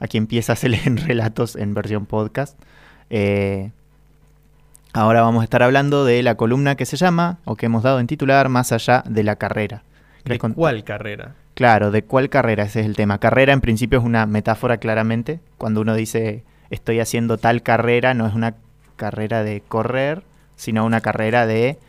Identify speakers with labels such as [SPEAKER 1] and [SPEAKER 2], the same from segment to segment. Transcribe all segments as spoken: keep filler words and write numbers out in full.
[SPEAKER 1] aquí empieza se leen relatos en versión podcast. Eh, ahora vamos a estar hablando de la columna que se llama, o que hemos dado en titular, Más allá de la carrera.
[SPEAKER 2] ¿De cuál carrera?
[SPEAKER 1] Claro, ¿de cuál carrera? Ese es el tema. Carrera en principio es una metáfora claramente. Cuando uno dice estoy haciendo tal carrera, no es una carrera de correr, sino una carrera de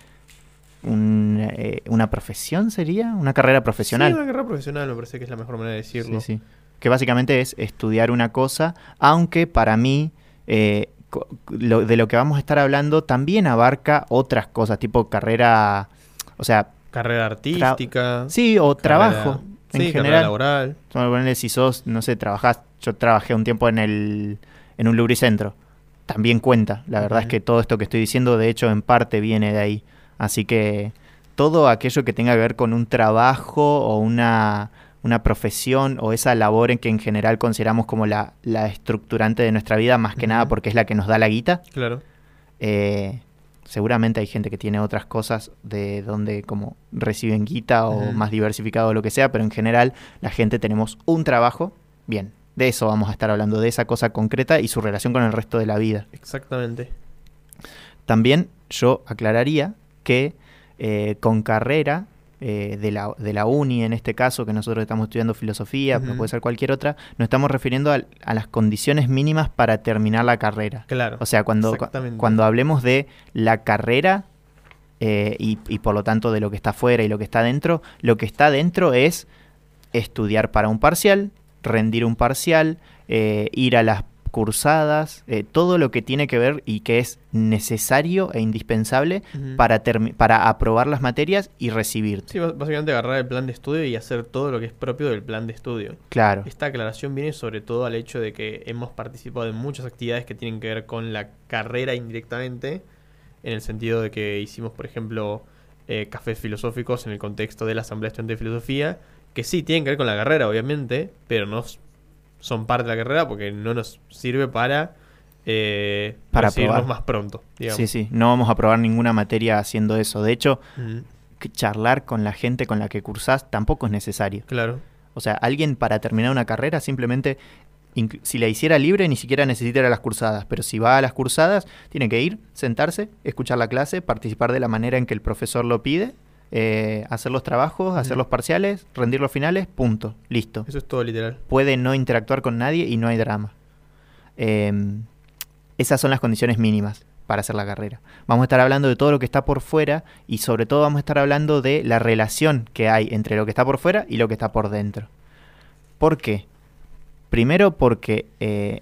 [SPEAKER 1] un, eh, una profesión, ¿sería? Una carrera profesional.
[SPEAKER 2] Sí, una carrera profesional me parece que es la mejor manera de decirlo.
[SPEAKER 1] Sí, sí. Que básicamente es estudiar una cosa, aunque para mí eh, lo, de lo que vamos a estar hablando también abarca otras cosas, tipo carrera, o sea...
[SPEAKER 2] Carrera artística.
[SPEAKER 1] Sí, o
[SPEAKER 2] carrera,
[SPEAKER 1] trabajo en
[SPEAKER 2] sí,
[SPEAKER 1] general.
[SPEAKER 2] Carrera laboral.
[SPEAKER 1] Ponerle, si sos, no sé, trabajás, yo trabajé un tiempo en el en un lubricentro, también cuenta. La verdad uh-huh. es que todo esto que estoy diciendo, de hecho, en parte viene de ahí. Así que todo aquello que tenga que ver con un trabajo o una, una profesión o esa labor en que en general consideramos como la, la estructurante de nuestra vida, más que uh-huh. nada porque es la que nos da la guita.
[SPEAKER 2] Claro.
[SPEAKER 1] Eh, seguramente hay gente que tiene otras cosas de donde como reciben guita o uh-huh. más diversificado o lo que sea, pero en general la gente tenemos un trabajo, bien. De eso vamos a estar hablando, de esa cosa concreta y su relación con el resto de la vida.
[SPEAKER 2] Exactamente.
[SPEAKER 1] También yo aclararía que eh, con carrera eh, de, la, de la uni, en este caso, que nosotros estamos estudiando filosofía, uh-huh. pero puede ser cualquier otra, nos estamos refiriendo a, a las condiciones mínimas para terminar la carrera.
[SPEAKER 2] Claro.
[SPEAKER 1] O sea, cuando, cuando hablemos de la carrera eh, y, y por lo tanto de lo que está afuera y lo que está dentro, lo que está dentro es estudiar para un parcial, rendir un parcial, eh, ir a las cursadas, eh, todo lo que tiene que ver y que es necesario e indispensable uh-huh. para, termi- para aprobar las materias y recibir.
[SPEAKER 2] Sí, básicamente agarrar el plan de estudio y hacer todo lo que es propio del plan de estudio.
[SPEAKER 1] Claro.
[SPEAKER 2] Esta aclaración viene sobre todo al hecho de que hemos participado en muchas actividades que tienen que ver con la carrera indirectamente, en el sentido de que hicimos, por ejemplo, eh, cafés filosóficos en el contexto de la Asamblea Estudiantil de Filosofía, que sí tienen que ver con la carrera, obviamente, pero no son parte de la carrera porque no nos sirve para, eh,
[SPEAKER 1] para
[SPEAKER 2] recibirnos más pronto, digamos.
[SPEAKER 1] Sí, sí, no vamos a aprobar ninguna materia haciendo eso. De hecho,
[SPEAKER 2] uh-huh.
[SPEAKER 1] que charlar con la gente con la que cursás tampoco es necesario.
[SPEAKER 2] Claro.
[SPEAKER 1] O sea, alguien para terminar una carrera simplemente, inc- si la hiciera libre, ni siquiera necesita ir a las cursadas, pero si va a las cursadas, tiene que ir, sentarse, escuchar la clase, participar de la manera en que el profesor lo pide, Eh, hacer los trabajos, hacer los parciales, rendir los finales, punto, listo.
[SPEAKER 2] Eso es todo literal.
[SPEAKER 1] Puede no interactuar con nadie y no hay drama. Eh, esas son las condiciones mínimas para hacer la carrera. Vamos a estar hablando de todo lo que está por fuera y sobre todo vamos a estar hablando de la relación que hay entre lo que está por fuera y lo que está por dentro. ¿Por qué? Primero porque... Eh,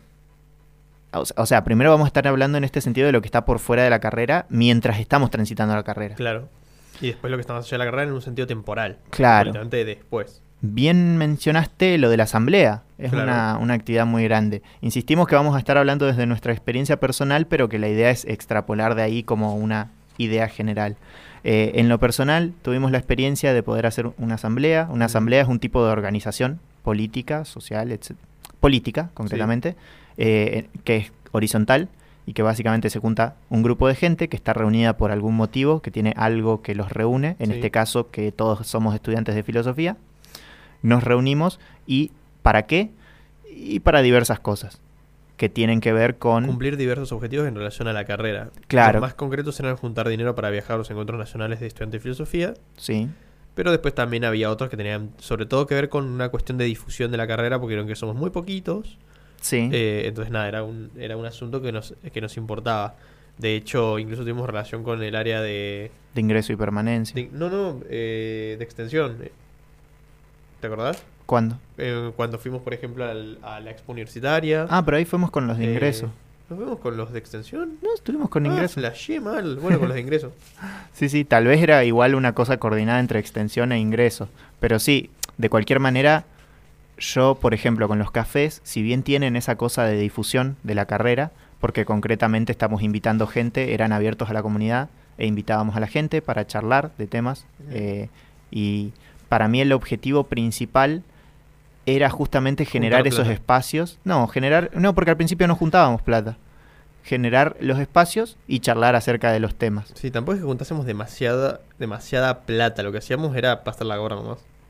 [SPEAKER 1] o sea, primero vamos a estar hablando en este sentido de lo que está por fuera de la carrera mientras estamos transitando la carrera.
[SPEAKER 2] Claro. Y después lo que está más allá de la carrera en un sentido temporal.
[SPEAKER 1] Claro.
[SPEAKER 2] Después.
[SPEAKER 1] Bien mencionaste lo de la asamblea. Es
[SPEAKER 2] claro.
[SPEAKER 1] una, una actividad muy grande. Insistimos que vamos a estar hablando desde nuestra experiencia personal, pero que la idea es extrapolar de ahí como una idea general. Eh, en lo personal, tuvimos la experiencia de poder hacer una asamblea. Una asamblea es un tipo de organización política, social, etcétera. Política, concretamente, sí. eh, que es horizontal. Y que básicamente se junta un grupo de gente que está reunida por algún motivo, que tiene algo que los reúne, en sí. este caso que todos somos estudiantes de filosofía, nos reunimos y ¿para qué? Y para diversas cosas que tienen que ver con...
[SPEAKER 2] Cumplir diversos objetivos en relación a la carrera.
[SPEAKER 1] Claro.
[SPEAKER 2] Los más concretos eran juntar dinero para viajar a los encuentros nacionales de estudiantes de filosofía.
[SPEAKER 1] Sí.
[SPEAKER 2] Pero después también había otros que tenían sobre todo que ver con una cuestión de difusión de la carrera, porque vieron que somos muy poquitos.
[SPEAKER 1] Sí.
[SPEAKER 2] Eh, entonces nada, era un, era un asunto que nos, que nos importaba. De hecho, incluso tuvimos relación con el área de...
[SPEAKER 1] De ingreso y permanencia.
[SPEAKER 2] De, no, no, eh, de extensión. ¿Te acordás?
[SPEAKER 1] ¿Cuándo?
[SPEAKER 2] Eh, cuando fuimos, por ejemplo, al, a la expo universitaria.
[SPEAKER 1] Ah, pero ahí fuimos con los de
[SPEAKER 2] eh,
[SPEAKER 1] ingreso.
[SPEAKER 2] ¿Nos fuimos con los de extensión?
[SPEAKER 1] No, estuvimos con
[SPEAKER 2] ah,
[SPEAKER 1] ingreso.
[SPEAKER 2] Flashé mal. Bueno, con los de ingreso.
[SPEAKER 1] Sí, sí, tal vez era igual una cosa coordinada entre extensión e ingreso. Pero sí, de cualquier manera... Yo, por ejemplo, con los cafés, si bien tienen esa cosa de difusión de la carrera, porque concretamente estamos invitando gente, eran abiertos a la comunidad e invitábamos a la gente para charlar de temas. Uh-huh. Eh, y para mí el objetivo principal era justamente generar
[SPEAKER 2] Juntar
[SPEAKER 1] esos
[SPEAKER 2] plata.
[SPEAKER 1] espacios. No, generar, no, porque al principio no juntábamos plata. Generar los espacios y charlar acerca de los temas.
[SPEAKER 2] Sí, tampoco es que juntásemos demasiada, demasiada plata. Lo que hacíamos era pasar la gorra nomás.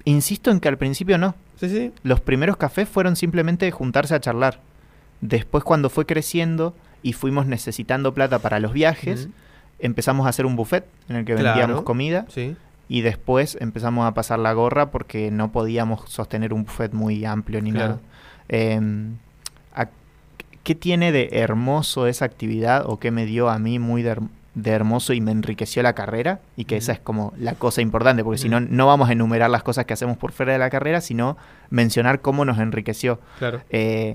[SPEAKER 1] Insisto en que al principio no.
[SPEAKER 2] Sí, sí.
[SPEAKER 1] Los primeros cafés fueron simplemente juntarse a charlar. Después, cuando fue creciendo y fuimos necesitando plata para los viajes, uh-huh. empezamos a hacer un buffet en el que
[SPEAKER 2] Claro.
[SPEAKER 1] vendíamos comida.
[SPEAKER 2] Sí.
[SPEAKER 1] Y después empezamos a pasar la gorra porque no podíamos sostener un buffet muy amplio ni
[SPEAKER 2] Claro.
[SPEAKER 1] nada. Eh, a- ¿Qué tiene de hermoso esa actividad o qué me dio a mí muy de, her- de hermoso y me enriqueció la carrera? Y que
[SPEAKER 2] Ujú.
[SPEAKER 1] esa es como la cosa importante, porque si
[SPEAKER 2] Ujú.
[SPEAKER 1] no, no vamos a enumerar las cosas que hacemos por fuera de la carrera, sino mencionar cómo nos enriqueció.
[SPEAKER 2] Claro.
[SPEAKER 1] Eh,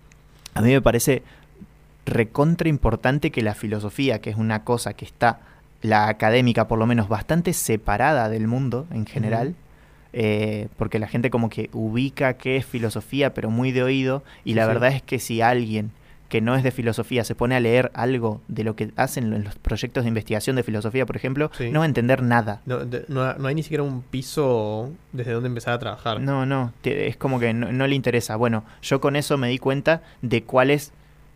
[SPEAKER 1] a mí me parece recontra importante que la filosofía, que es una cosa que está, la académica por lo menos, bastante separada del mundo en general,
[SPEAKER 2] Ujú.
[SPEAKER 1] eh, porque la gente como que ubica qué es filosofía, pero muy de oído, y
[SPEAKER 2] Sí,
[SPEAKER 1] la
[SPEAKER 2] sí.
[SPEAKER 1] verdad es que si alguien que no es de filosofía se pone a leer algo de lo que hacen en los proyectos de investigación de filosofía, por ejemplo,
[SPEAKER 2] Sí.
[SPEAKER 1] no va a entender nada.
[SPEAKER 2] No, de- no, no hay ni siquiera un piso desde donde empezar a trabajar.
[SPEAKER 1] No, no, te- es como que no, no le interesa. Bueno, yo con eso me di cuenta de cuál es,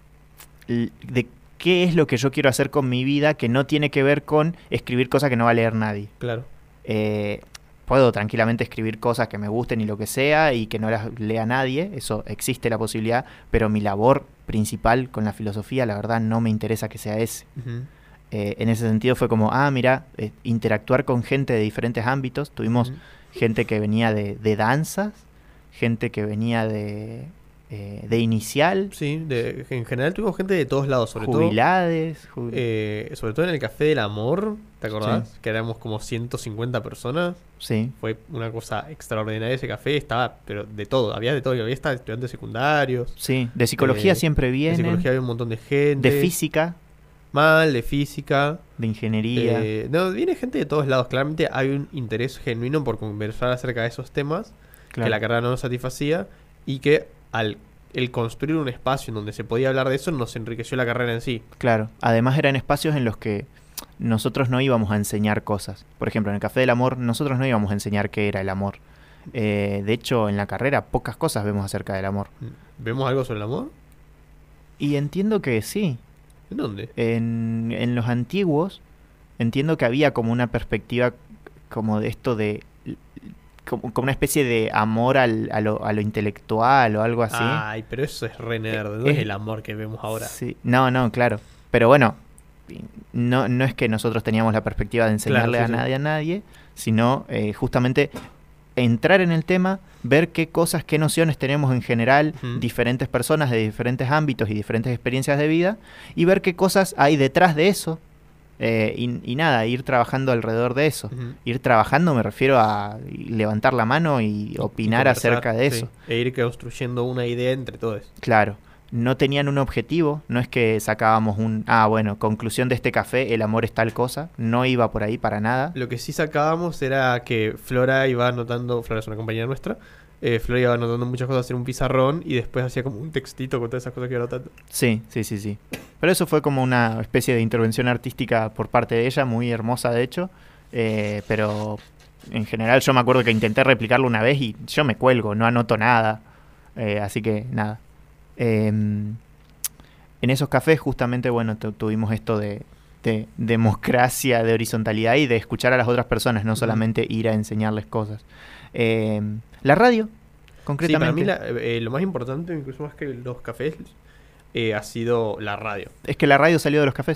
[SPEAKER 1] l- de qué es lo que yo quiero hacer con mi vida que no tiene que ver con escribir cosas que no va a leer nadie.
[SPEAKER 2] Claro.
[SPEAKER 1] Eh, puedo tranquilamente escribir cosas que me gusten y lo que sea y que no las lea nadie, eso existe la posibilidad, pero mi labor principal con la filosofía, la verdad, no me interesa que sea ese.
[SPEAKER 2] Ujú.
[SPEAKER 1] Eh, en ese sentido fue como, ah, mira, eh, interactuar con gente de diferentes ámbitos. Tuvimos
[SPEAKER 2] Ujú.
[SPEAKER 1] gente que venía de, de danzas, gente que venía de, eh, de inicial,
[SPEAKER 2] Sí, de- en general tuvimos gente de todos lados, sobre todo.
[SPEAKER 1] jubilades. ju-
[SPEAKER 2] eh, sobre todo en el Café del Amor, ¿te acordás?
[SPEAKER 1] Sí.
[SPEAKER 2] Que éramos como ciento cincuenta personas.
[SPEAKER 1] sí,
[SPEAKER 2] Fue una cosa extraordinaria ese café. Estaba, pero de todo. Había de todo. Había hasta estudiantes secundarios.
[SPEAKER 1] sí. De psicología
[SPEAKER 2] Eh,
[SPEAKER 1] siempre
[SPEAKER 2] De
[SPEAKER 1] vienen,
[SPEAKER 2] psicología había un montón de gente.
[SPEAKER 1] de física,
[SPEAKER 2] Mal, de física.
[SPEAKER 1] de ingeniería.
[SPEAKER 2] Eh, no, viene gente de todos lados. Claramente hay un interés genuino por conversar acerca de esos temas
[SPEAKER 1] claro.
[SPEAKER 2] que la carrera no nos satisfacía y que al el construir un espacio en donde se podía hablar de eso nos enriqueció la carrera en sí.
[SPEAKER 1] Claro, además eran espacios en los que nosotros no íbamos a enseñar cosas. Por ejemplo, en el Café del Amor nosotros no íbamos a enseñar qué era el amor. Eh, de hecho, en la carrera pocas cosas vemos acerca del amor.
[SPEAKER 2] ¿Vemos algo sobre el amor?
[SPEAKER 1] Y entiendo que sí.
[SPEAKER 2] ¿En dónde?
[SPEAKER 1] En, en los antiguos entiendo que había como una perspectiva como de esto de... como, como una especie de amor al, a, lo, a lo intelectual o algo así.
[SPEAKER 2] Ay, pero eso es re nerd. No
[SPEAKER 1] Eh,
[SPEAKER 2] es el amor que vemos ahora.
[SPEAKER 1] Sí. No, no, claro. Pero bueno, no, no es que nosotros teníamos la perspectiva de enseñarle
[SPEAKER 2] Claro, sí,
[SPEAKER 1] a
[SPEAKER 2] sí.
[SPEAKER 1] nadie a nadie, sino eh, justamente entrar en el tema, ver qué cosas, qué nociones tenemos en general,
[SPEAKER 2] Ujú.
[SPEAKER 1] diferentes personas de diferentes ámbitos y diferentes experiencias de vida, y ver qué cosas hay detrás de eso. eh, y, y nada, ir trabajando alrededor de eso.
[SPEAKER 2] Ujú.
[SPEAKER 1] Ir trabajando me refiero a levantar la mano y opinar
[SPEAKER 2] Conversar,
[SPEAKER 1] acerca de
[SPEAKER 2] sí,
[SPEAKER 1] eso.
[SPEAKER 2] E ir construyendo una idea entre todos.
[SPEAKER 1] Claro, no tenían un objetivo, no es que sacábamos un, ah, bueno, conclusión de este café, el amor es tal cosa, no iba por ahí para nada.
[SPEAKER 2] Lo que sí sacábamos era que Flora iba anotando, Flora es una compañera nuestra, eh, Flora iba anotando muchas cosas en un pizarrón y después hacía como un textito con todas esas cosas que iba anotando.
[SPEAKER 1] Sí, sí, sí, sí. Pero eso fue como una especie de intervención artística por parte de ella, muy hermosa de hecho, eh, pero en general yo me acuerdo que intenté replicarlo una vez y yo me cuelgo, no anoto nada, eh, así que nada. Eh, en esos cafés justamente, bueno, tu- tuvimos esto de, de democracia, de horizontalidad y de escuchar a las otras personas, no
[SPEAKER 2] Ujú.
[SPEAKER 1] solamente ir a enseñarles cosas. Eh, la radio,
[SPEAKER 2] Sí, para
[SPEAKER 1] concretamente,
[SPEAKER 2] mí la- eh, lo más importante, incluso más que los cafés, eh, ha sido la radio.
[SPEAKER 1] es que la radio salió de los cafés.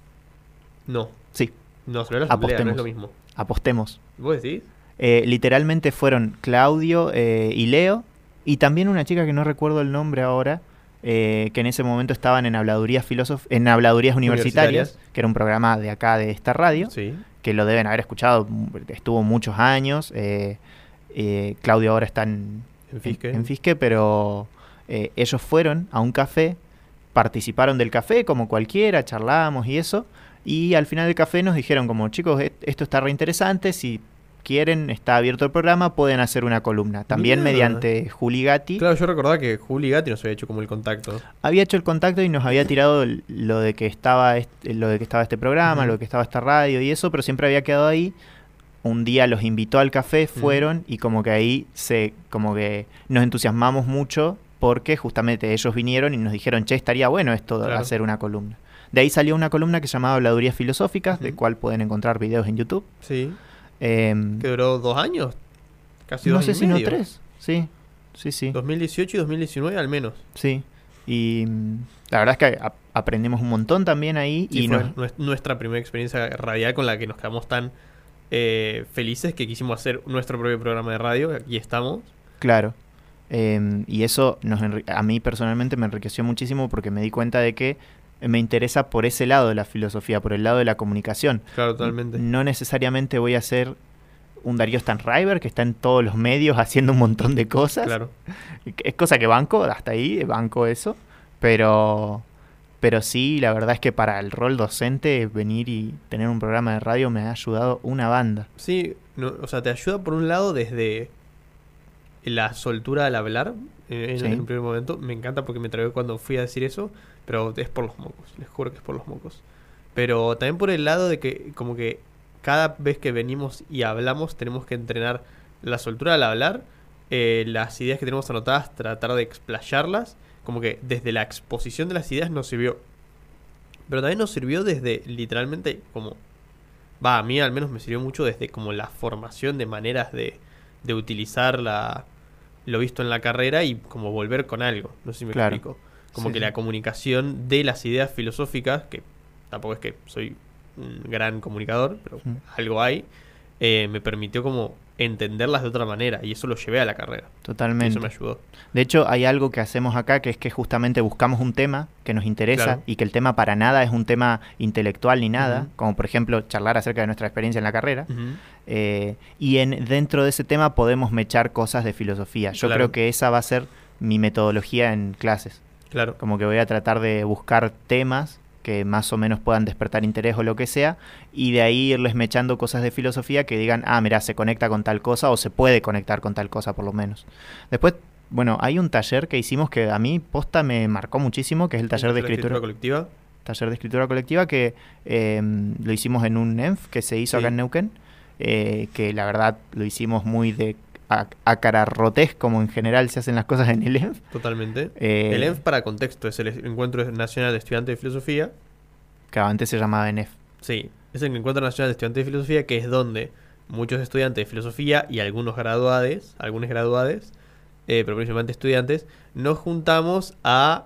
[SPEAKER 2] No,
[SPEAKER 1] Sí,
[SPEAKER 2] no, salió de la asamblea, no es
[SPEAKER 1] Apostemos.
[SPEAKER 2] lo mismo.
[SPEAKER 1] apostemos.
[SPEAKER 2] ¿Vos decís?
[SPEAKER 1] Eh, literalmente fueron Claudio eh, y Leo, y también una chica que no recuerdo el nombre ahora, eh, que en ese momento estaban en habladurías filosof en habladurías universitarias,
[SPEAKER 2] Universitarias.
[SPEAKER 1] que era un programa de acá de esta radio,
[SPEAKER 2] Sí.
[SPEAKER 1] que lo deben haber escuchado, estuvo muchos años. eh, eh, Claudio ahora está en,
[SPEAKER 2] En Fisque.
[SPEAKER 1] en Fisque, pero eh, ellos fueron a un café, participaron del café como cualquiera, charlábamos y eso, y al final del café nos dijeron como, chicos, e- esto está re interesante, si quieren, está abierto el programa, pueden hacer una columna. También
[SPEAKER 2] Mirá.
[SPEAKER 1] mediante Juli Gatti.
[SPEAKER 2] Claro, yo recordaba que Juli Gatti nos había hecho como el contacto.
[SPEAKER 1] Había hecho el contacto y nos había tirado l- lo de que estaba este, lo de que estaba este programa,
[SPEAKER 2] Ujú.
[SPEAKER 1] lo de que estaba esta radio y eso, pero siempre había quedado ahí. Un día los invitó al café, fueron y como que ahí se como que nos entusiasmamos mucho porque justamente ellos vinieron y nos dijeron, che, estaría bueno esto de
[SPEAKER 2] Claro.
[SPEAKER 1] hacer una columna. De ahí salió una columna que se llamaba Habladurías Filosóficas, de
[SPEAKER 2] Ujú.
[SPEAKER 1] cual pueden encontrar videos en YouTube.
[SPEAKER 2] Sí.
[SPEAKER 1] Em,
[SPEAKER 2] Que duró dos años, casi
[SPEAKER 1] no
[SPEAKER 2] dos
[SPEAKER 1] sé
[SPEAKER 2] años
[SPEAKER 1] si
[SPEAKER 2] y
[SPEAKER 1] no
[SPEAKER 2] medio.
[SPEAKER 1] tres. Sí, sí, sí.
[SPEAKER 2] dos mil dieciocho y dos mil diecinueve al menos.
[SPEAKER 1] Sí. Y mm, la verdad es que a- aprendimos un montón también ahí.
[SPEAKER 2] Sí,
[SPEAKER 1] y
[SPEAKER 2] fue
[SPEAKER 1] nos,
[SPEAKER 2] nues- nuestra primera experiencia radial con la que nos quedamos tan eh, felices que quisimos hacer nuestro propio programa de radio. Aquí estamos.
[SPEAKER 1] Claro. Em, y eso nos enri- a mí personalmente me enriqueció muchísimo porque me di cuenta de que me interesa por ese lado de la filosofía, por el lado de la comunicación.
[SPEAKER 2] Claro,
[SPEAKER 1] N-
[SPEAKER 2] totalmente.
[SPEAKER 1] No necesariamente voy a ser un Darío Stanraiver que está en todos los medios haciendo un montón de cosas.
[SPEAKER 2] Claro.
[SPEAKER 1] Es cosa que banco, hasta ahí banco eso. Pero, pero sí, la verdad es que para el rol docente, venir y tener un programa de radio me ha ayudado una banda.
[SPEAKER 2] Sí, no, o sea, te ayuda por un lado desde la soltura al hablar. eh, En,
[SPEAKER 1] Sí.
[SPEAKER 2] en un primer momento. Me encanta porque me traigo cuando fui a decir eso. Pero es por los mocos. Les juro que es por los mocos. Pero también por el lado de que como que cada vez que venimos y hablamos tenemos que entrenar la soltura al hablar, eh, las ideas que tenemos anotadas, tratar de explayarlas, como que desde la exposición de las ideas nos sirvió. Pero también nos sirvió desde literalmente como, va, a mí al menos me sirvió mucho desde como la formación de maneras de, de utilizar la, lo visto en la carrera y como volver con algo, no sé si me
[SPEAKER 1] Claro.
[SPEAKER 2] explico. Como
[SPEAKER 1] Sí,
[SPEAKER 2] que
[SPEAKER 1] sí.
[SPEAKER 2] la comunicación de las ideas filosóficas, que tampoco es que soy un gran comunicador, pero
[SPEAKER 1] Mm.
[SPEAKER 2] algo hay, eh, me permitió como entenderlas de otra manera y eso lo llevé a la carrera. Y
[SPEAKER 1] Totalmente.
[SPEAKER 2] eso me ayudó.
[SPEAKER 1] De hecho, hay algo que hacemos acá que es que justamente buscamos un tema que nos interesa
[SPEAKER 2] Claro.
[SPEAKER 1] y que el tema para nada es un tema intelectual ni nada,
[SPEAKER 2] Ujú.
[SPEAKER 1] como por ejemplo charlar acerca de nuestra experiencia en la carrera.
[SPEAKER 2] Ujú.
[SPEAKER 1] eh, y en, dentro de ese tema podemos mechar cosas de filosofía. Yo
[SPEAKER 2] Claro.
[SPEAKER 1] creo que esa va a ser mi metodología en clases.
[SPEAKER 2] Claro.
[SPEAKER 1] Como que voy a tratar de buscar temas que más o menos puedan despertar interés o lo que sea, y de ahí irles mechando cosas de filosofía que digan, ah, mira, se conecta con tal cosa o se puede conectar con tal cosa por lo menos. Después, bueno, hay un taller que hicimos que a mí posta me marcó muchísimo, que es el taller de escritura,
[SPEAKER 2] colectiva.
[SPEAKER 1] taller de escritura colectiva, que eh, lo hicimos en un E N F que se hizo
[SPEAKER 2] Sí.
[SPEAKER 1] acá en Neuquén, eh, que la verdad lo hicimos muy de a, a cararrotés, como en general se hacen las cosas en el E N F.
[SPEAKER 2] Totalmente.
[SPEAKER 1] Eh,
[SPEAKER 2] El E N F, para contexto, es el Encuentro Nacional de Estudiantes de Filosofía.
[SPEAKER 1] que antes se llamaba E N F.
[SPEAKER 2] Sí, es el Encuentro Nacional de Estudiantes de Filosofía, que es donde muchos estudiantes de filosofía y algunos graduades, algunos graduades, eh, pero principalmente estudiantes, nos juntamos a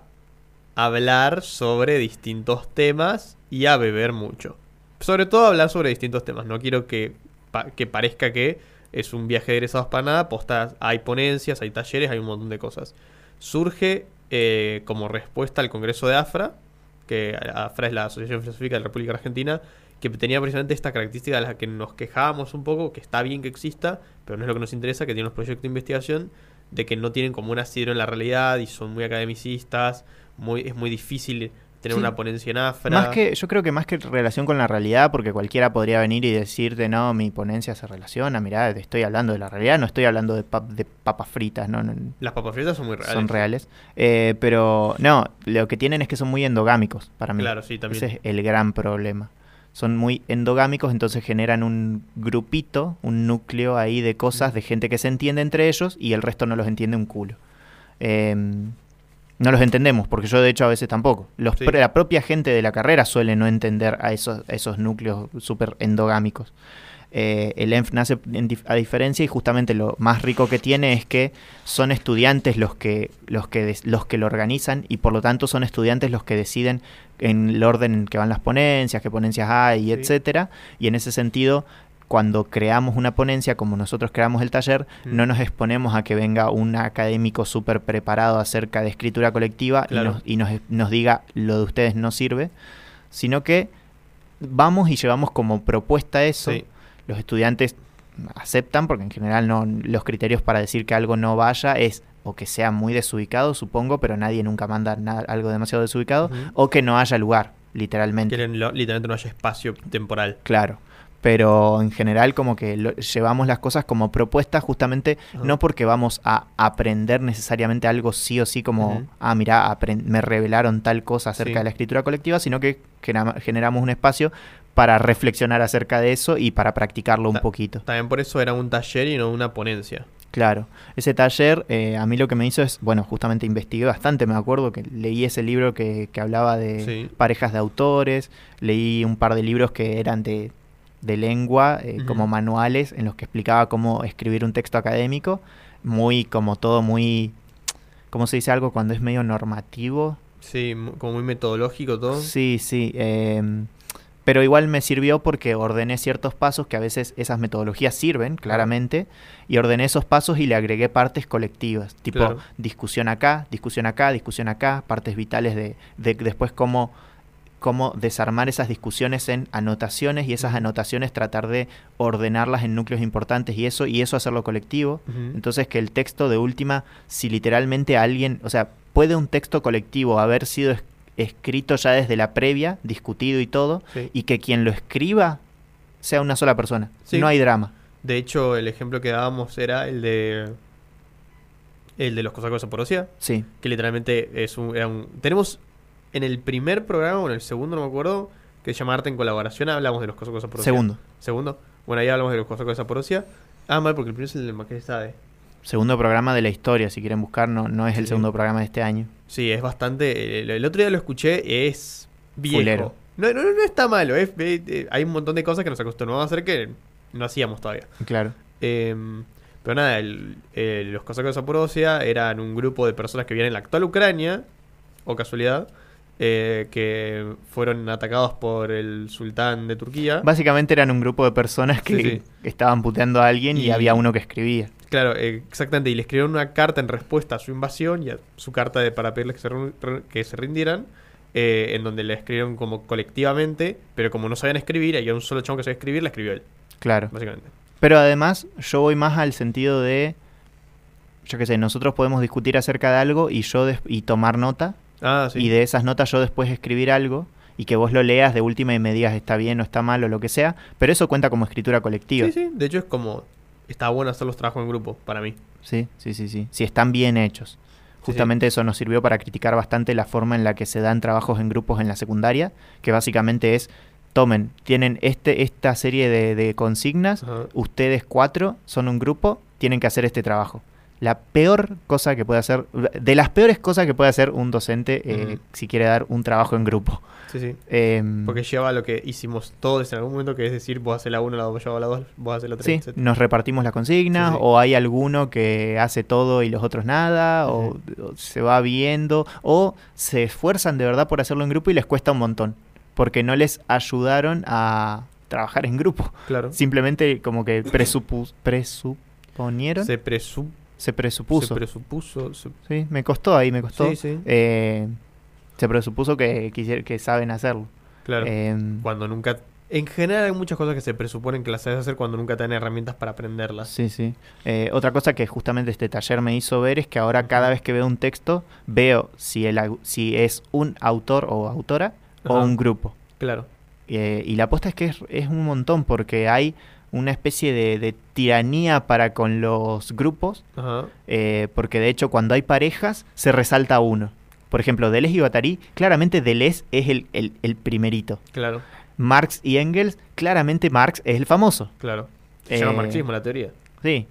[SPEAKER 2] hablar sobre distintos temas y a beber mucho. Sobre todo hablar sobre distintos temas. No quiero que, pa- que parezca que es un viaje de egresados para nada. Posta, hay ponencias, hay talleres, hay un montón de cosas. Surge eh, como respuesta al Congreso de AFRA, que AFRA es la Asociación Filosófica de la República Argentina, que tenía precisamente esta característica de la que nos quejábamos un poco, que está bien que exista, pero no es lo que nos interesa, que tiene unos proyectos de investigación, de que no tienen como un asidero en la realidad y son muy academicistas, muy, es muy difícil tener
[SPEAKER 1] Sí.
[SPEAKER 2] una ponencia en AFRA.
[SPEAKER 1] Más que, yo creo que más que relación con la realidad, porque cualquiera podría venir y decirte, no, mi ponencia se relaciona, mirá, te estoy hablando de la realidad, no estoy hablando de, pap- de papas fritas, no, no,
[SPEAKER 2] Las papas fritas son muy reales.
[SPEAKER 1] son reales. Eh, pero no, lo que tienen es que son muy endogámicos para mí.
[SPEAKER 2] Claro, sí, también.
[SPEAKER 1] Ese es el gran problema. Son muy endogámicos, entonces generan un grupito, un núcleo ahí de cosas, de gente que se entiende entre ellos y el resto no los entiende un culo. Eh, no los entendemos, porque yo de hecho a veces tampoco. Los
[SPEAKER 2] Sí.
[SPEAKER 1] pre- la propia gente de la carrera suele no entender a esos, a esos núcleos súper endogámicos. Eh, el E N F nace en dif- a diferencia y justamente lo más rico que tiene es que son estudiantes los que, los que, des- los que lo organizan y por lo tanto son estudiantes los que deciden en el orden en que van las ponencias, qué ponencias hay,
[SPEAKER 2] Sí.
[SPEAKER 1] etcétera. Y en ese sentido, cuando creamos una ponencia, como nosotros creamos el taller,
[SPEAKER 2] Mm.
[SPEAKER 1] no nos exponemos a que venga un académico súper preparado acerca de escritura colectiva
[SPEAKER 2] Claro.
[SPEAKER 1] y, nos, y nos, nos diga lo de ustedes no sirve, sino que vamos y llevamos como propuesta eso.
[SPEAKER 2] Sí.
[SPEAKER 1] Los estudiantes aceptan, porque en general no, los criterios para decir que algo no vaya es o que sea muy desubicado, supongo, pero nadie nunca manda nada, algo demasiado desubicado,
[SPEAKER 2] Ujú.
[SPEAKER 1] o que no haya lugar, literalmente.
[SPEAKER 2] Que lo- literalmente no haya espacio temporal.
[SPEAKER 1] Claro. Pero en general como que lo- llevamos las cosas como propuestas justamente
[SPEAKER 2] Ajá.
[SPEAKER 1] no porque vamos a aprender necesariamente algo sí o sí como,
[SPEAKER 2] Ujú.
[SPEAKER 1] ah, mira, apren- me revelaron tal cosa acerca
[SPEAKER 2] Sí.
[SPEAKER 1] de la escritura colectiva, sino que genera- generamos un espacio para reflexionar acerca de eso y para practicarlo un
[SPEAKER 2] Ta-
[SPEAKER 1] poquito.
[SPEAKER 2] También por eso era un taller y no una ponencia.
[SPEAKER 1] Claro, ese taller eh, a mí lo que me hizo es, bueno, justamente investigué bastante, me acuerdo que leí ese libro que, que hablaba de
[SPEAKER 2] Sí.
[SPEAKER 1] parejas de autores, leí un par de libros que eran de de lengua, eh,
[SPEAKER 2] Ujú.
[SPEAKER 1] como manuales en los que explicaba cómo escribir un texto académico, muy como todo muy, ¿cómo se dice algo cuando es medio normativo?
[SPEAKER 2] Sí, mu- como muy metodológico todo.
[SPEAKER 1] Sí, sí. em, pero igual me sirvió porque ordené ciertos pasos que a veces esas metodologías sirven, claramente, y ordené esos pasos y le agregué partes colectivas, tipo
[SPEAKER 2] Claro.
[SPEAKER 1] discusión acá, discusión acá, discusión acá, partes vitales de, de después cómo, cómo desarmar esas discusiones en anotaciones y esas
[SPEAKER 2] Ujú.
[SPEAKER 1] anotaciones tratar de ordenarlas en núcleos importantes y eso, y eso hacerlo colectivo.
[SPEAKER 2] Ujú.
[SPEAKER 1] Entonces que el texto de última, si literalmente alguien, o sea, puede un texto colectivo haber sido es- escrito ya desde la previa, discutido y todo,
[SPEAKER 2] Sí.
[SPEAKER 1] y que quien lo escriba sea una sola persona.
[SPEAKER 2] Sí.
[SPEAKER 1] No hay drama.
[SPEAKER 2] De hecho, el ejemplo que dábamos era el de el de los cosacos de Zaporozhia,
[SPEAKER 1] Sí,
[SPEAKER 2] que literalmente es un, era un... Tenemos en el primer programa, o en el segundo, no me acuerdo, que se llama Arte en Colaboración, hablamos de los cosacos de Zaporozhia.
[SPEAKER 1] segundo.
[SPEAKER 2] Segundo. Bueno, ahí hablamos de los cosacos de Zaporozhia. Ah, mal, porque el primero es el de Maquet Sade.
[SPEAKER 1] Segundo programa de la historia, si quieren buscar, no, no es el
[SPEAKER 2] Sí.
[SPEAKER 1] segundo programa de este año.
[SPEAKER 2] Sí, es bastante... El, el otro día lo escuché, es viejo.
[SPEAKER 1] Fulero.
[SPEAKER 2] No, no, no está malo, es, eh, eh, hay un montón de cosas que nos acostumbramos a hacer que no hacíamos todavía.
[SPEAKER 1] Claro.
[SPEAKER 2] Eh, pero nada, el- el- los cosacos de Zaporozhia eran un grupo de personas que vivían en la actual Ucrania, o casualidad, eh, que fueron atacados por el sultán de Turquía.
[SPEAKER 1] Básicamente eran un grupo de personas que
[SPEAKER 2] Sí, sí.
[SPEAKER 1] estaban puteando a alguien y,
[SPEAKER 2] Y-
[SPEAKER 1] había uno que escribía.
[SPEAKER 2] Claro, eh, exactamente, y le escribieron una carta en respuesta a su invasión y a su carta de, para pedirles que se, rin- re- que se rindieran, eh, en donde le escribieron como colectivamente, pero como no sabían escribir, y había un solo chabón que sabía escribir, la escribió él,
[SPEAKER 1] Claro.
[SPEAKER 2] básicamente.
[SPEAKER 1] Pero además yo voy más al sentido de, yo qué sé, nosotros podemos discutir acerca de algo y yo des- y tomar nota,
[SPEAKER 2] Ah, sí.
[SPEAKER 1] y de esas notas yo después escribir algo y que vos lo leas de última y me digas está bien o está mal o lo que sea, pero eso cuenta como escritura colectiva.
[SPEAKER 2] Sí, sí, de hecho es como... Está bueno hacer los trabajos en grupo, para mí.
[SPEAKER 1] Sí, sí, sí, sí. Si están bien hechos. Justamente eso nos sirvió para criticar bastante la forma en la que se dan trabajos en grupos en la secundaria, que básicamente es, tomen, tienen este, esta serie de, de consignas,
[SPEAKER 2] Ajá.
[SPEAKER 1] ustedes cuatro son un grupo, tienen que hacer este trabajo. La peor cosa que puede hacer, de las peores cosas que puede hacer un docente eh,
[SPEAKER 2] Ujú.
[SPEAKER 1] si quiere dar un trabajo en grupo.
[SPEAKER 2] Sí, sí.
[SPEAKER 1] Em,
[SPEAKER 2] Porque lleva a lo que hicimos todos en algún momento, que es decir, vos haces la uno, la dos, yo hago la dos, vos haces la tres,
[SPEAKER 1] sí,
[SPEAKER 2] etcétera.
[SPEAKER 1] nos repartimos las consignas,
[SPEAKER 2] Sí, sí.
[SPEAKER 1] o hay alguno que hace todo y los otros nada,
[SPEAKER 2] Ujú.
[SPEAKER 1] o, o se va viendo, o se esfuerzan de verdad por hacerlo en grupo y les cuesta un montón, porque no les ayudaron a trabajar en grupo.
[SPEAKER 2] Claro.
[SPEAKER 1] Simplemente como que presupu- presuponieron, se,
[SPEAKER 2] Se, presu-
[SPEAKER 1] presupuso.
[SPEAKER 2] se presupuso. se-
[SPEAKER 1] Sí, me costó ahí, me costó.
[SPEAKER 2] Sí, sí.
[SPEAKER 1] Eh, se presupuso que, quisier- que saben hacerlo.
[SPEAKER 2] Claro.
[SPEAKER 1] Em,
[SPEAKER 2] Cuando nunca... En general hay muchas cosas que se presuponen que las sabes hacer cuando nunca te dan herramientas para aprenderlas.
[SPEAKER 1] Sí, sí. Eh, otra cosa que justamente este taller me hizo ver es que ahora cada vez que veo un texto, veo si, el, au- si es un autor o autora o
[SPEAKER 2] Ajá.
[SPEAKER 1] un grupo.
[SPEAKER 2] Claro.
[SPEAKER 1] Eh, y la aposta es que es, es un montón porque hay una especie de, de tiranía para con los grupos,
[SPEAKER 2] Ajá.
[SPEAKER 1] eh, porque de hecho cuando hay parejas se resalta uno. Por ejemplo, Deleuze y Guattari, claramente Deleuze es el, el, el primerito.
[SPEAKER 2] Claro.
[SPEAKER 1] Marx y Engels, claramente Marx es el famoso.
[SPEAKER 2] Claro. Se llama
[SPEAKER 1] Eh,
[SPEAKER 2] marxismo la teoría.
[SPEAKER 1] Sí,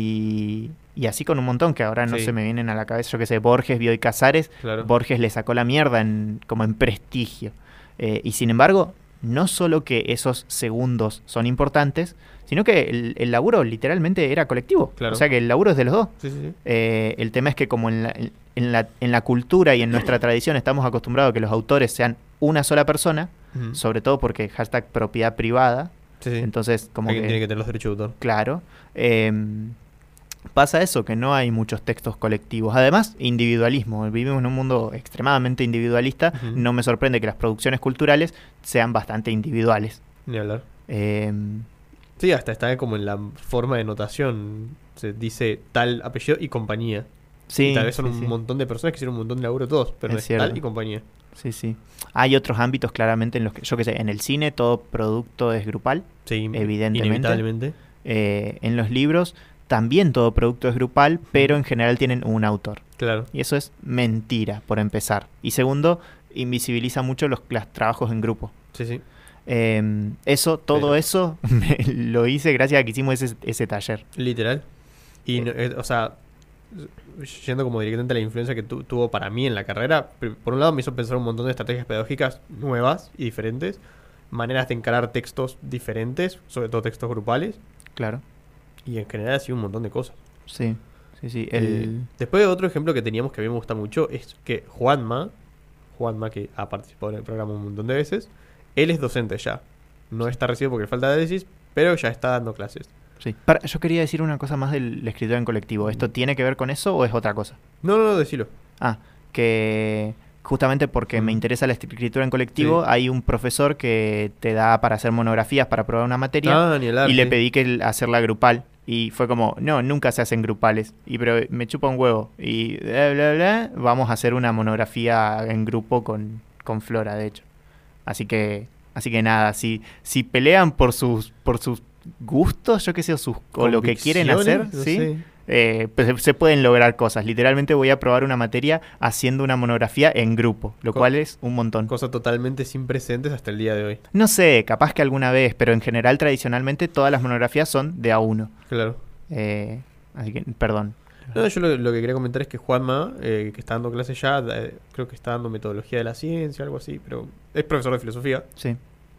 [SPEAKER 1] y, y así con un montón que ahora no
[SPEAKER 2] Sí.
[SPEAKER 1] se me vienen a la cabeza, yo que sé, Borges, Bioy Casares,
[SPEAKER 2] Claro.
[SPEAKER 1] Borges le sacó la mierda en, como en prestigio. Eh, y sin embargo, no solo que esos segundos son importantes, sino que el, el laburo literalmente era colectivo.
[SPEAKER 2] Claro.
[SPEAKER 1] O sea que el laburo es de los dos.
[SPEAKER 2] Sí, sí, sí.
[SPEAKER 1] Eh, el tema es que como en la, en, la, en la cultura y en nuestra tradición estamos acostumbrados a que los autores sean una sola persona,
[SPEAKER 2] Ujú.
[SPEAKER 1] sobre todo porque hashtag propiedad privada,
[SPEAKER 2] Sí, sí.
[SPEAKER 1] entonces como
[SPEAKER 2] Alguien
[SPEAKER 1] que...
[SPEAKER 2] tiene que tener los derechos de autor.
[SPEAKER 1] Claro. em, pasa eso, que no hay muchos textos colectivos. Además, individualismo. Vivimos en un mundo extremadamente individualista.
[SPEAKER 2] Ujú.
[SPEAKER 1] No me sorprende que las producciones culturales sean bastante individuales.
[SPEAKER 2] Ni hablar.
[SPEAKER 1] Em,
[SPEAKER 2] Sí, hasta está como en la forma de notación. Se dice tal apellido y compañía.
[SPEAKER 1] sí,
[SPEAKER 2] y tal vez son
[SPEAKER 1] sí,
[SPEAKER 2] un
[SPEAKER 1] sí.
[SPEAKER 2] montón de personas que hicieron un montón de laburo todos, pero
[SPEAKER 1] Es
[SPEAKER 2] no es
[SPEAKER 1] cierto.
[SPEAKER 2] tal y compañía.
[SPEAKER 1] Sí, sí. Hay otros ámbitos claramente en los que, yo qué sé, en el cine todo producto es grupal.
[SPEAKER 2] Sí,
[SPEAKER 1] Evidentemente.
[SPEAKER 2] inevitablemente.
[SPEAKER 1] Eh, en los libros también todo producto es grupal, pero en general tienen un autor.
[SPEAKER 2] Claro.
[SPEAKER 1] Y eso es mentira, por empezar. Y segundo, invisibiliza mucho los, los trabajos en grupo.
[SPEAKER 2] Sí, sí.
[SPEAKER 1] Eh, eso, todo
[SPEAKER 2] Pero-
[SPEAKER 1] eso me- lo hice gracias a que hicimos ese, ese taller.
[SPEAKER 2] Literal. Y, no- eh, o sea, yendo como directamente a la influencia que tu- tuvo para mí en la carrera, pr- por un lado me hizo pensar un montón de estrategias pedagógicas nuevas y diferentes. maneras de encarar textos diferentes, sobre todo textos grupales.
[SPEAKER 1] Claro.
[SPEAKER 2] Y en general ha sido un montón de cosas.
[SPEAKER 1] Sí, sí, sí. El...
[SPEAKER 2] Eh, después otro ejemplo que teníamos que a mí me gusta mucho es que Juanma, Juanma que ha participado en el programa un montón de veces, él es docente ya. No está recibido porque le falta tesis, pero ya está dando clases.
[SPEAKER 1] Sí. Para, yo quería decir una cosa más de la escritura en colectivo. ¿Esto tiene que ver con eso o es otra cosa?
[SPEAKER 2] No, no, no, decilo.
[SPEAKER 1] Ah, que justamente porque
[SPEAKER 2] Mm.
[SPEAKER 1] me interesa la escritura en colectivo,
[SPEAKER 2] Sí.
[SPEAKER 1] hay un profesor que te da para hacer monografías para probar una materia
[SPEAKER 2] Ah, ni hablar,
[SPEAKER 1] y le
[SPEAKER 2] sí.
[SPEAKER 1] pedí que el- hacerla grupal. Y fue como, no, nunca se hacen grupales. Y pero me chupa un huevo. Y bla, bla, bla, vamos a hacer una monografía en grupo con, con Flora, de hecho. Así que, así que nada, si, si pelean por sus, por sus gustos, yo qué sé, o, sus, o lo que quieren hacer,
[SPEAKER 2] Convicciones, no
[SPEAKER 1] ¿sí?
[SPEAKER 2] sé.
[SPEAKER 1] Eh, pues se pueden lograr cosas. Literalmente voy a probar una materia haciendo una monografía en grupo, lo
[SPEAKER 2] Co-
[SPEAKER 1] cual es un montón.
[SPEAKER 2] Cosa totalmente sin precedentes hasta el día de hoy.
[SPEAKER 1] No sé, capaz que alguna vez, pero en general tradicionalmente todas las monografías son de a uno.
[SPEAKER 2] Claro.
[SPEAKER 1] Eh, así que, perdón.
[SPEAKER 2] No, yo lo, lo que quería comentar es que Juanma, eh, que está dando clases ya, eh, creo que está dando metodología de la ciencia, algo así, pero es profesor de filosofía.
[SPEAKER 1] Sí,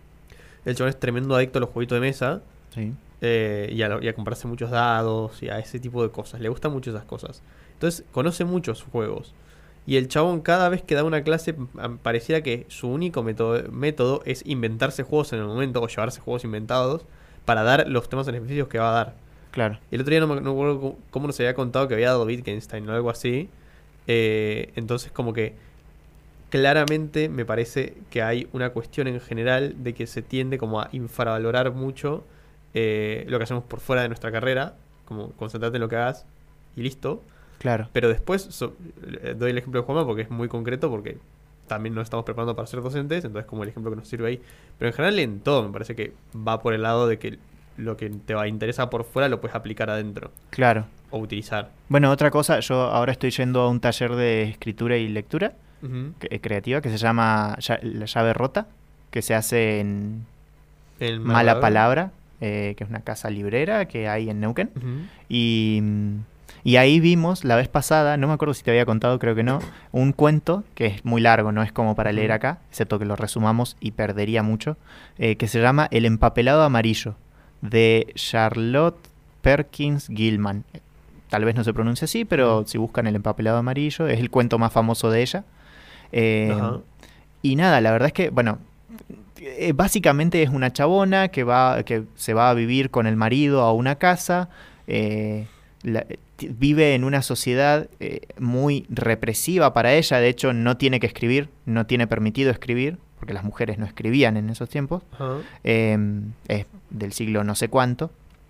[SPEAKER 2] El chabón es tremendo adicto a los jueguitos de mesa
[SPEAKER 1] sí.
[SPEAKER 2] eh, y, a lo- y a comprarse muchos dados y a ese tipo de cosas. Le gustan mucho esas cosas. Entonces, conoce muchos juegos. Y el chabón, cada vez que da una clase, m- pareciera que su único método, método es inventarse juegos en el momento o llevarse juegos inventados para dar los temas beneficios que va a dar.
[SPEAKER 1] Claro.
[SPEAKER 2] El otro día no me no me acuerdo cómo- cómo nos había contado que había dado Wittgenstein o algo así. Eh, entonces, como que claramente me parece que hay una cuestión en general de que se tiende como a infravalorar mucho eh, lo que hacemos por fuera de nuestra carrera, como concentrarte en lo que hagas y listo.
[SPEAKER 1] Claro.
[SPEAKER 2] Pero después so- eh, doy el ejemplo de Juanma porque es muy concreto, porque también nos estamos preparando para ser docentes, entonces como el ejemplo que nos sirve ahí. Pero en general en todo me parece que va por el lado de que lo que te va, interesa por fuera lo puedes aplicar adentro
[SPEAKER 1] Claro.
[SPEAKER 2] o utilizar.
[SPEAKER 1] Bueno, otra cosa, yo ahora estoy yendo a un taller de escritura y lectura
[SPEAKER 2] Ujú.
[SPEAKER 1] que- creativa que se llama Ya- La llave rota, que se hace en
[SPEAKER 2] El
[SPEAKER 1] Mala
[SPEAKER 2] narrador.
[SPEAKER 1] Palabra, eh, que es una casa librera que hay en Neuquén.
[SPEAKER 2] Ujú.
[SPEAKER 1] Y, mm, y ahí vimos la vez pasada, no me acuerdo si te había contado, creo que no, un cuento que es muy largo, no es como para leer
[SPEAKER 2] Ujú.
[SPEAKER 1] acá, excepto que lo resumamos y perdería mucho, eh, que se llama El empapelado amarillo, de Charlotte Perkins Gilman. Tal vez no se pronuncia así, pero
[SPEAKER 2] Ujú.
[SPEAKER 1] si buscan El empapelado amarillo, es el cuento más famoso de ella. Eh,
[SPEAKER 2] Ajá.
[SPEAKER 1] y nada, la verdad es que, bueno, eh, básicamente es una chabona que va, que se va a vivir con el marido a una casa, eh, la- ti- vive en una sociedad eh, muy represiva para ella, de hecho no tiene que escribir, no tiene permitido escribir, porque las mujeres no escribían en esos tiempos,
[SPEAKER 2] Ajá.
[SPEAKER 1] eh, es del siglo no sé cuánto.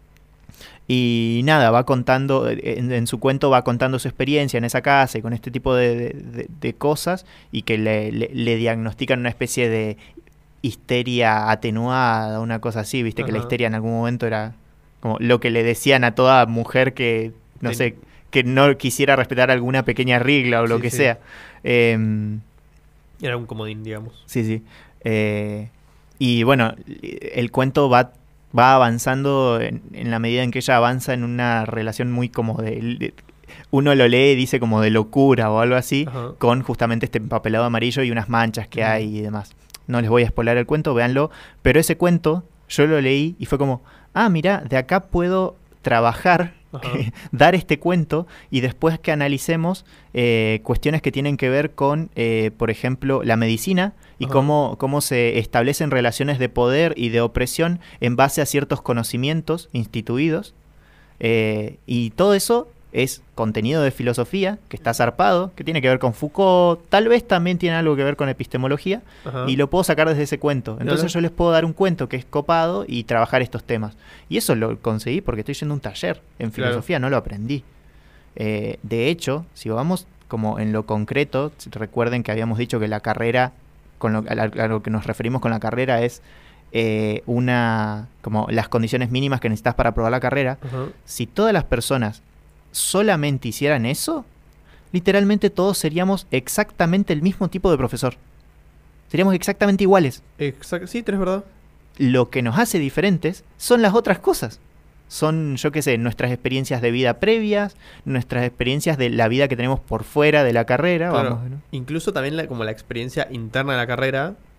[SPEAKER 1] Y nada, va contando, eh, en, en su cuento va contando su experiencia en esa casa y con este tipo de, de- de- de cosas y que le, le- le diagnostican una especie de histeria atenuada, una cosa así, viste que la
[SPEAKER 2] Ajá.
[SPEAKER 1] histeria en algún momento era como lo que le decían a toda mujer que, no
[SPEAKER 2] Ten-
[SPEAKER 1] sé, que no quisiera respetar alguna pequeña regla o lo
[SPEAKER 2] Sí,
[SPEAKER 1] que
[SPEAKER 2] sí.
[SPEAKER 1] sea. Em,
[SPEAKER 2] Era un comodín, digamos.
[SPEAKER 1] Sí, sí. Eh, y bueno, el cuento va, va avanzando en, en la medida en que ella avanza en una relación muy como de... de- uno lo lee y dice como de locura o algo así,
[SPEAKER 2] Ajá.
[SPEAKER 1] con justamente este empapelado amarillo y unas manchas que
[SPEAKER 2] Ujú.
[SPEAKER 1] hay y demás. No les voy a spoiler el cuento, véanlo. Pero ese cuento yo lo leí y fue como, ah, mira, de acá puedo trabajar,
[SPEAKER 2] Ajá.
[SPEAKER 1] dar este cuento y después que analicemos eh, cuestiones que tienen que ver con, eh, por ejemplo, la medicina y
[SPEAKER 2] Ajá.
[SPEAKER 1] cómo, cómo se establecen relaciones de poder y de opresión en base a ciertos conocimientos instituidos. Eh, y todo eso es contenido de filosofía, que está zarpado, que tiene que ver con Foucault, tal vez también tiene algo que ver con epistemología,
[SPEAKER 2] Ajá.
[SPEAKER 1] y lo puedo sacar desde ese cuento. Entonces
[SPEAKER 2] Claro.
[SPEAKER 1] yo les puedo dar un cuento que es copado y trabajar estos temas. Y eso lo conseguí porque estoy yendo a un taller en
[SPEAKER 2] Claro.
[SPEAKER 1] filosofía, no lo aprendí. Eh, de hecho, si vamos como en lo concreto, si recuerden que habíamos dicho que la carrera, con lo, a, la- a lo que nos referimos con la carrera es eh, una como las condiciones mínimas que necesitas para aprobar la carrera.
[SPEAKER 2] Ajá.
[SPEAKER 1] Si todas las personas solamente hicieran eso, literalmente todos seríamos exactamente el mismo tipo de profesor. Seríamos exactamente iguales.
[SPEAKER 2] Exacto. Sí, tenés verdad.
[SPEAKER 1] Lo que nos hace diferentes son las otras cosas. Son, yo qué sé, nuestras experiencias de vida previas, nuestras experiencias de la vida que tenemos por fuera de la carrera.
[SPEAKER 2] Claro.
[SPEAKER 1] Vamos, ¿no?
[SPEAKER 2] Incluso también la, como la experiencia interna de la carrera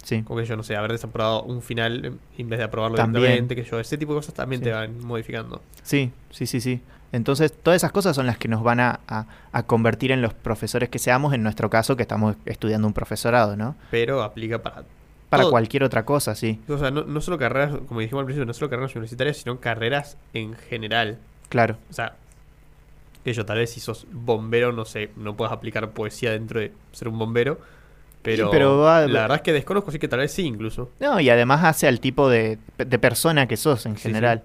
[SPEAKER 1] Sí.
[SPEAKER 2] Como que yo, no sé, haber desaprobado un final en vez de aprobarlo
[SPEAKER 1] También.
[SPEAKER 2] directamente, que yo, ese tipo de cosas también
[SPEAKER 1] Sí.
[SPEAKER 2] te van modificando.
[SPEAKER 1] Sí, sí, sí, sí. Entonces, todas esas cosas son las que nos van a, a, a convertir en los profesores que seamos, en nuestro caso, que estamos estudiando un profesorado, ¿no?
[SPEAKER 2] Pero aplica para
[SPEAKER 1] Para
[SPEAKER 2] todo.
[SPEAKER 1] cualquier otra cosa, sí.
[SPEAKER 2] O sea, no, no solo carreras, como dijimos al principio, no solo carreras universitarias, sino carreras en general.
[SPEAKER 1] Claro.
[SPEAKER 2] O sea, que yo, tal vez si sos bombero, no sé, no puedas aplicar poesía dentro de ser un bombero. Pero,
[SPEAKER 1] Y, pero va-
[SPEAKER 2] la verdad es que desconozco, sí que tal vez sí, incluso.
[SPEAKER 1] No, y además hace al tipo de, de persona que sos en
[SPEAKER 2] Sí,
[SPEAKER 1] general.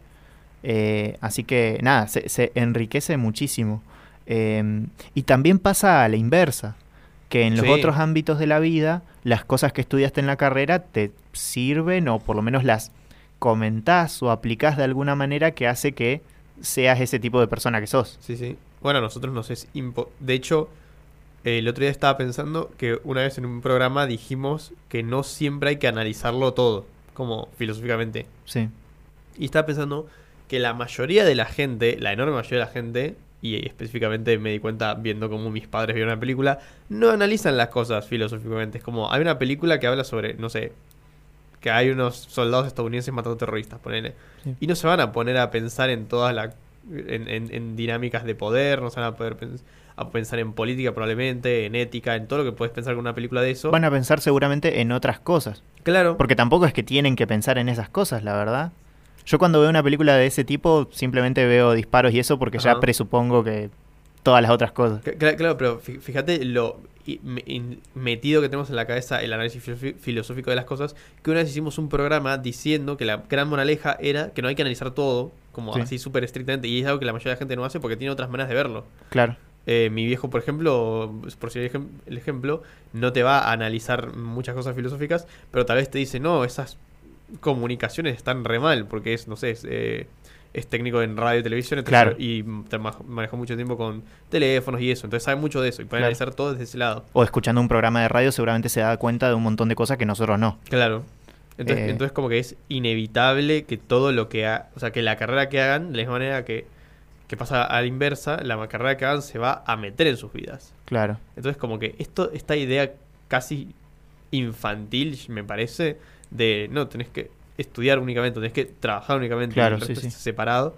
[SPEAKER 1] Eh, así que, nada, se, se enriquece muchísimo. Eh, y también pasa a la inversa, que en los
[SPEAKER 2] Sí.
[SPEAKER 1] otros ámbitos de la vida, las cosas que estudiaste en la carrera te sirven o por lo menos las comentás o aplicás de alguna manera que hace que seas ese tipo de persona que sos.
[SPEAKER 2] Sí, sí. Bueno, a nosotros nos es impo... De hecho, el otro día estaba pensando que una vez en un programa dijimos que no siempre hay que analizarlo todo, como filosóficamente.
[SPEAKER 1] Sí,
[SPEAKER 2] Y estaba pensando que la mayoría de la gente, la enorme mayoría de la gente, y específicamente me di cuenta viendo cómo mis padres vieron una película, no analizan las cosas filosóficamente. Es como, hay una película que habla sobre, no sé, que hay unos soldados estadounidenses matando terroristas, ponele.
[SPEAKER 1] sí.
[SPEAKER 2] Y no se van a poner a pensar en todas las... En, en- en dinámicas de poder, no se van a poder pens- a pensar en política probablemente, en ética, en todo lo que puedes pensar con una película de eso.
[SPEAKER 1] Van a pensar seguramente en otras cosas.
[SPEAKER 2] Claro.
[SPEAKER 1] Porque tampoco es que tienen que pensar en esas cosas, la verdad. Yo cuando veo una película de ese tipo simplemente veo disparos y eso porque ya
[SPEAKER 2] Ajá.
[SPEAKER 1] presupongo que todas las otras cosas.
[SPEAKER 2] Cl- Claro, claro, pero fí- fíjate lo i- me- in- metido que tenemos en la cabeza el análisis filosofi- filosófico de las cosas, que una vez hicimos un programa diciendo que la gran moraleja era que no hay que analizar todo, como
[SPEAKER 1] Sí.
[SPEAKER 2] así súper estrictamente, y es algo que la mayoría de la gente no hace porque tiene otras maneras de verlo.
[SPEAKER 1] Claro,
[SPEAKER 2] Eh, mi viejo, por ejemplo, por si el, ejem- el ejemplo, no te va a analizar muchas cosas filosóficas, pero tal vez te dice, no, esas comunicaciones están re mal, porque es, no sé, es, eh, es técnico en radio y televisión, entonces,
[SPEAKER 1] Claro.
[SPEAKER 2] y tra- manejó mucho tiempo con teléfonos y eso, entonces sabe mucho de eso y puede
[SPEAKER 1] Claro.
[SPEAKER 2] analizar todo desde ese lado.
[SPEAKER 1] o escuchando un programa de radio seguramente se da cuenta de un montón de cosas que nosotros no.
[SPEAKER 2] Claro. Entonces,
[SPEAKER 1] Eh.
[SPEAKER 2] entonces como que es inevitable que todo lo que ha, o sea, que la carrera que hagan, de la misma manera que, que pasa a la inversa, la carrera que hagan se va a meter en sus vidas.
[SPEAKER 1] Claro,
[SPEAKER 2] Entonces como que esto, esta idea casi infantil, me parece, de no, tenés que estudiar únicamente, tenés que trabajar únicamente,
[SPEAKER 1] Claro,
[SPEAKER 2] y el
[SPEAKER 1] sí,
[SPEAKER 2] resto
[SPEAKER 1] sí.
[SPEAKER 2] está separado,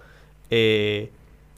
[SPEAKER 2] eh,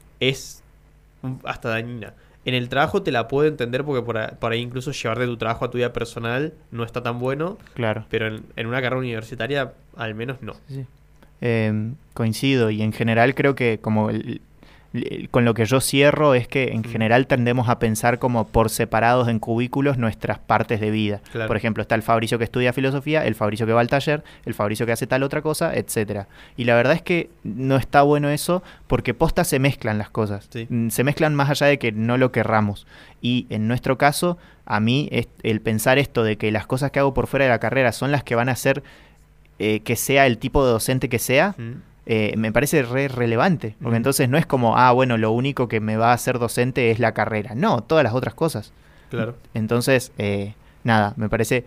[SPEAKER 2] es un- hasta dañina. En el trabajo te la puedo entender porque por, a- por ahí incluso llevar de tu trabajo a tu vida personal no está tan bueno,
[SPEAKER 1] claro.
[SPEAKER 2] pero en, en una carrera universitaria al menos no.
[SPEAKER 1] Sí, sí. Eh, coincido y en general creo que como el- el- con lo que yo cierro es que en
[SPEAKER 2] Mm.
[SPEAKER 1] general tendemos a pensar como por separados en cubículos nuestras partes de vida.
[SPEAKER 2] Claro.
[SPEAKER 1] Por ejemplo, está el Fabricio que estudia filosofía, el Fabricio que va al taller, el Fabricio que hace tal otra cosa, etcétera. Y la verdad es que no está bueno eso porque posta se mezclan las cosas.
[SPEAKER 2] Sí.
[SPEAKER 1] Mm, Se mezclan más allá de que no lo querramos. Y en nuestro caso, a mí es- el pensar esto de que las cosas que hago por fuera de la carrera son las que van a hacer eh, que sea el tipo de docente que sea,
[SPEAKER 2] Mm.
[SPEAKER 1] eh, me parece re relevante. Porque
[SPEAKER 2] Mm.
[SPEAKER 1] entonces no es como, ah, bueno, lo único que me va a hacer docente es la carrera. No, todas las otras cosas.
[SPEAKER 2] Claro.
[SPEAKER 1] Entonces, eh, nada, me parece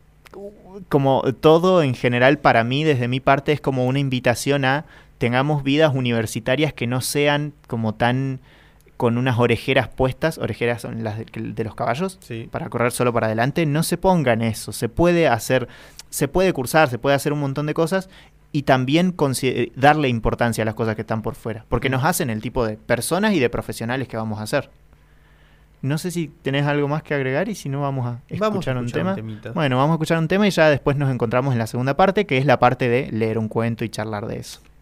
[SPEAKER 1] como todo en general para mí, desde mi parte, es como una invitación a tengamos vidas universitarias que no sean como tan con unas orejeras puestas, orejeras son las de, de los caballos,
[SPEAKER 2] Sí.
[SPEAKER 1] para correr solo para adelante, no se pongan eso, se puede hacer, se puede cursar, se puede hacer un montón de cosas y también consi- darle importancia a las cosas que están por fuera, porque nos hacen el tipo de personas y de profesionales que vamos a ser. No sé si tenés algo más que agregar y si no vamos a escuchar,
[SPEAKER 2] Vamos a
[SPEAKER 1] un
[SPEAKER 2] escuchar
[SPEAKER 1] tema.
[SPEAKER 2] un temita.
[SPEAKER 1] Bueno, vamos a escuchar un tema y ya después nos encontramos en la segunda parte, que es la parte de leer un cuento y charlar de eso.